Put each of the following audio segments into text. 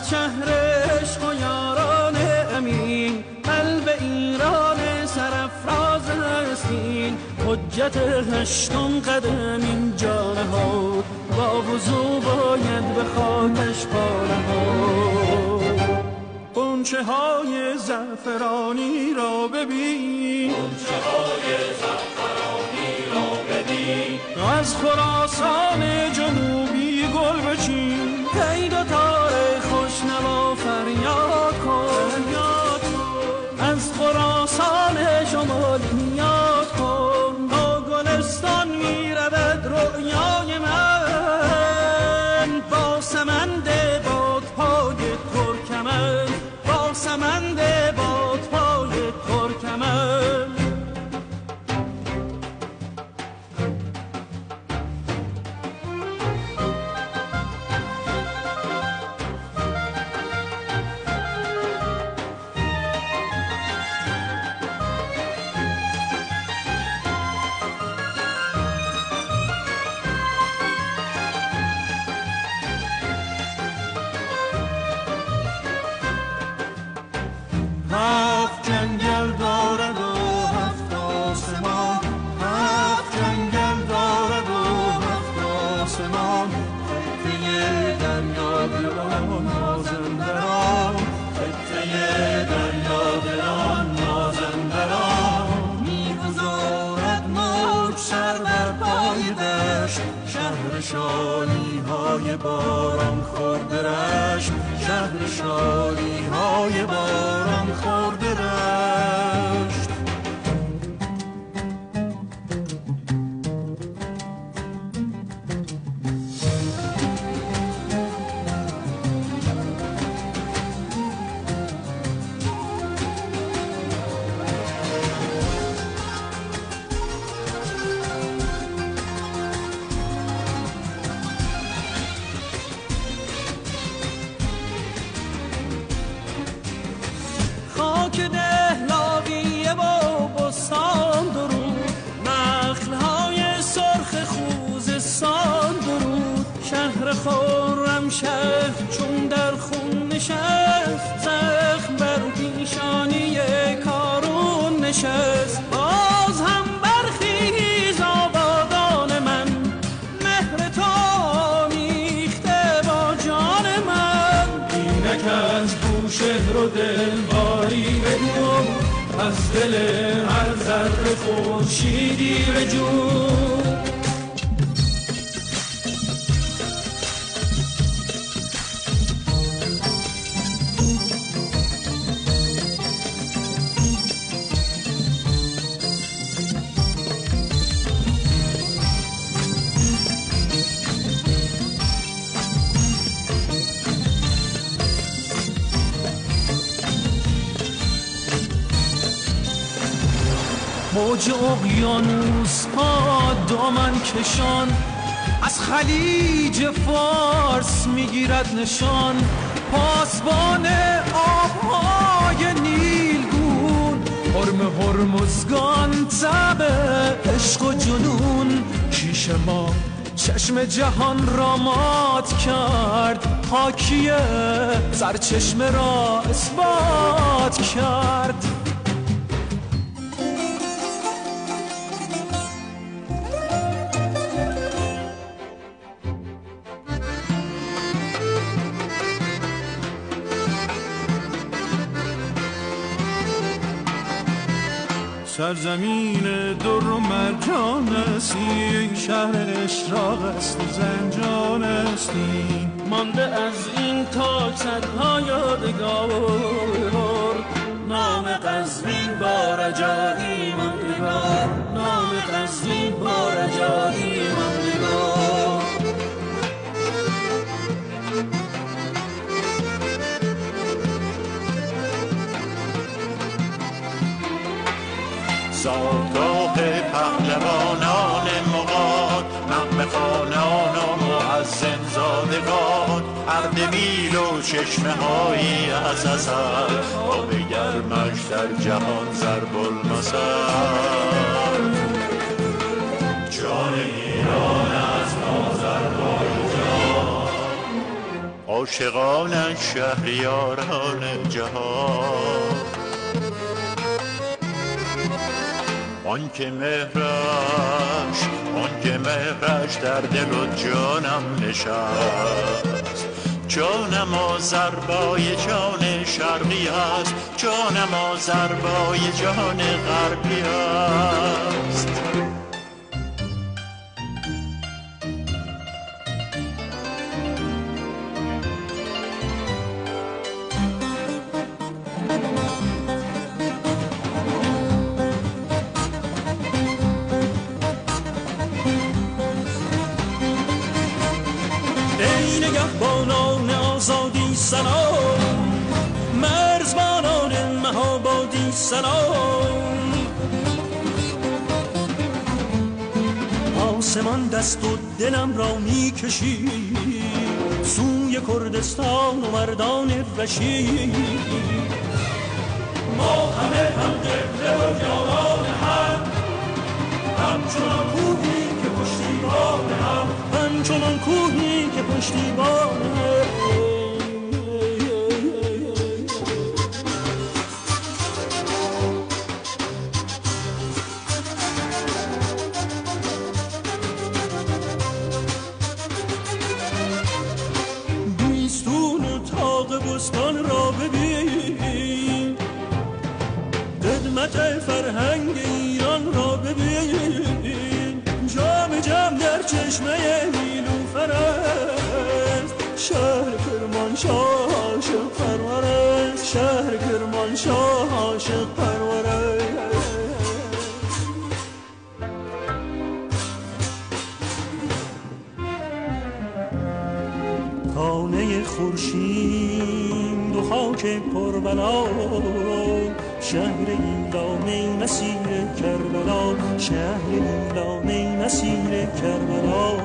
شهر عشق و یاران امین، قلب ایران سرافراز هستین. حجت هشتم قدم این جانه ها، با وضو باید به خاکش پاره ها. غنچه های زعفرانی را ببین، غنچه های زعفرانی را ببین. از خراسان جنوبی گل بچین، پی دو تار خوشنوا فریاد کن. از خراسان شمالی یاد کن، با گلستان میرود رؤیای من. با سمند بادپای ترکمن، با سمند بادپای ترکمن. هفت جنگل دارد و هفت آسمان، هفت جنگل دارد و هفت آسمان. خطه دریا دلان مازندران، خطه دریا دلان مازندران. می‌گذارد موج سر بر پای دشت، شهر شالی های باران خورده رشت، شهر شالی های باران خورده رشت. خاک دهلاویه و بستان درود، نخل‌های سرخ خوزستان درود. شهر خرم شهر چون در خون نشست، زخم بر پیشانی کارون نشست. باز هم برخیز آبادان من، مهر تو میخته با جان من. اینک از بوشهر و دلباری بگو، از دل هر ذره خورشیدی بجو. موج اقیانوس ها دامن کشان، از خلیج فارس میگیرد نشان. پاسبان آبهای نیلگون، حرم هرمزگان تب عشق و جنون. کیش ما چشم جهان را مات کرد، حاکی سرچشمه را اثبات کرد. سرزمین در و مرجان استی، شهر اشراق است و زنجان استی. مانده از این تاج صدها یادگار، نام قزوین با رجایی ماندگار، نام قزوین با رجایی ماندگار. ساختاق پهلوانان مغان، نغمه خوانان و محسن زادگان. اردبیل و چشمه هایی از اثر، آب گرمش در جهان ضرب المثل. جان ایران از آذربایجان، عاشقان شهریاران جهان. آنکه مهرش در دل و جانم نشست، جانم آذربای جان شرقی است، جانم آذربای جان غربی است. ای نگهبانان آزادی سلام، مرزبانان مهابادی سلام. آسمان دست و دلم را می کشید سوی کردستان و مردان رشید. ما همه هم قبله و یاران هم، همچنان کوهی که پشتیبان هم، همچنان کوهی که پشتیبان هم. بیستون و تاق بستان را ببین، خدمت فرهنگ ایران را ببین. جام جام در چشمه نیلوفر است، شهر کرمانشاه عاشق پرور است، شهر کرمانشاه عاشق پرور است. خانه خورشید و خاک کربلا، شهر ایلام مسیر کربلا، شهر ایلام مسیر کربلا.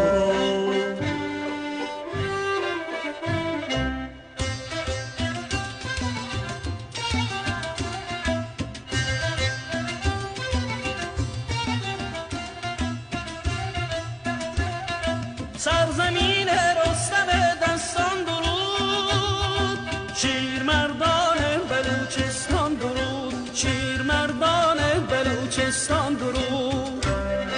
سرزمین رستم دستان درود، شیرمردان بلوچستان درود، شیرمردان بلوچستان درود.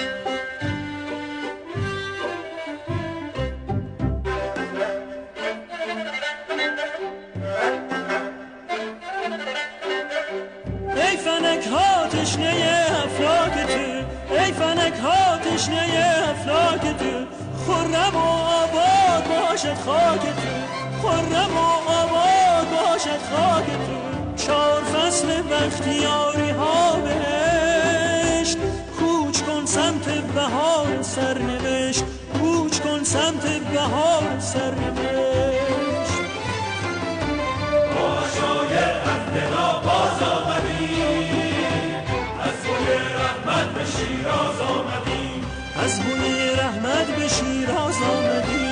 ای فنک ها تشنه افلاک تو، ای فنک ها تشنه افلاک تو، خرم و آباد باشد خاک تو، خرم و آباد باشد خاک تو. 4 فصل بختیاری ها بهشت، کوچ کن سمت بهار سرنوشت، کوچ کن سمت بهار سرنوشت. باشای افتنا باز آمدیم، از بوی رحمت به شیراز آمدیم، از بوی رحمت به شیراز آمدیم.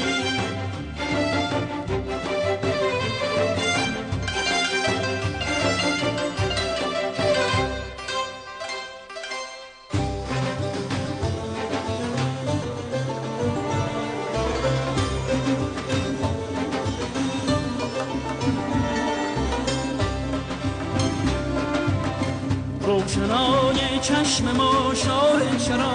روشنای چشم ما شاه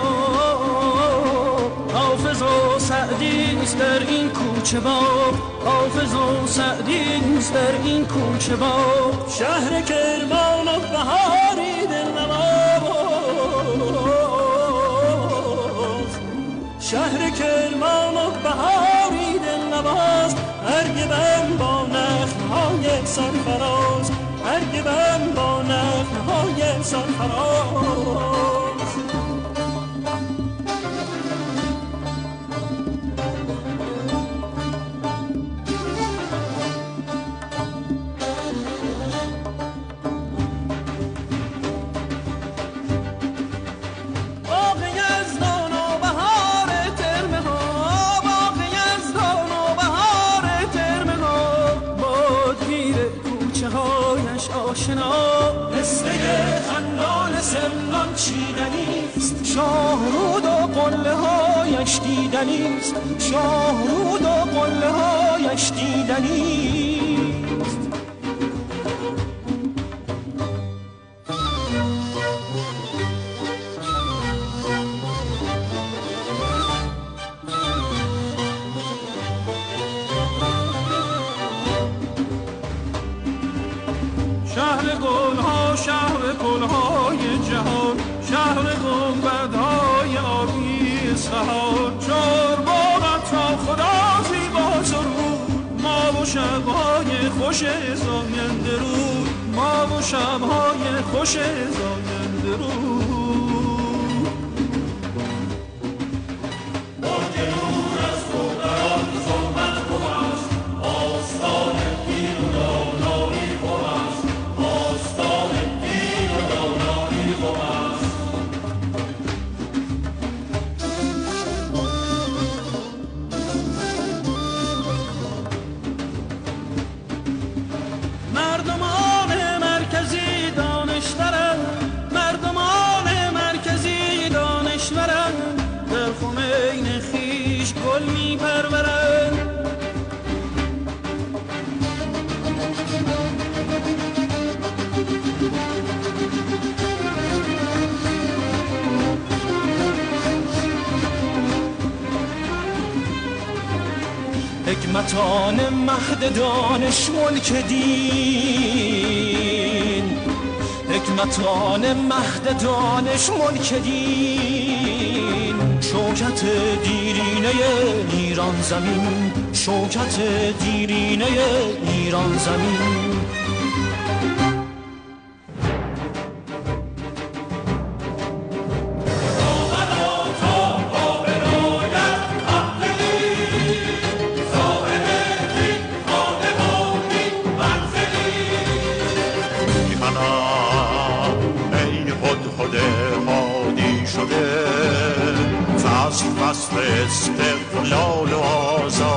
چراغ، حافظ و سعدی است در این کوچه باغ، حافظ و سعدی است در این کوچه باغ. شهر کرمان و بهاری دلنواز، شهر کرمان و بهاری دلنواز. ارگبم با نخل‌های سرفراز، ارگبم با نخل‌های سرفراز. مثل خندان سمنان چیدنیست، شاهرود و قله هایش دیدنیست، شاهرود و قله هایش رویش دیدنی است. شهر گلها، شهر گلهای جهان، شهر گنبدهای آبی سهان، چار باغت را خدا زیبا سرود، ما و شبهای خوش زاینده رود، ما و شبهای خوش زاینده رود. مردمان مرکزی دانشورند، مردمان مرکزی دانشورند، در خمین خویش گل می‌پرورند. حکمتان مهد دانش ملک دین، حکمتان مهد دانش ملک دین، شوکت دیرینه ایران زمین، شوکت دیرینه ایران زمین. فصل استقلال و آزادی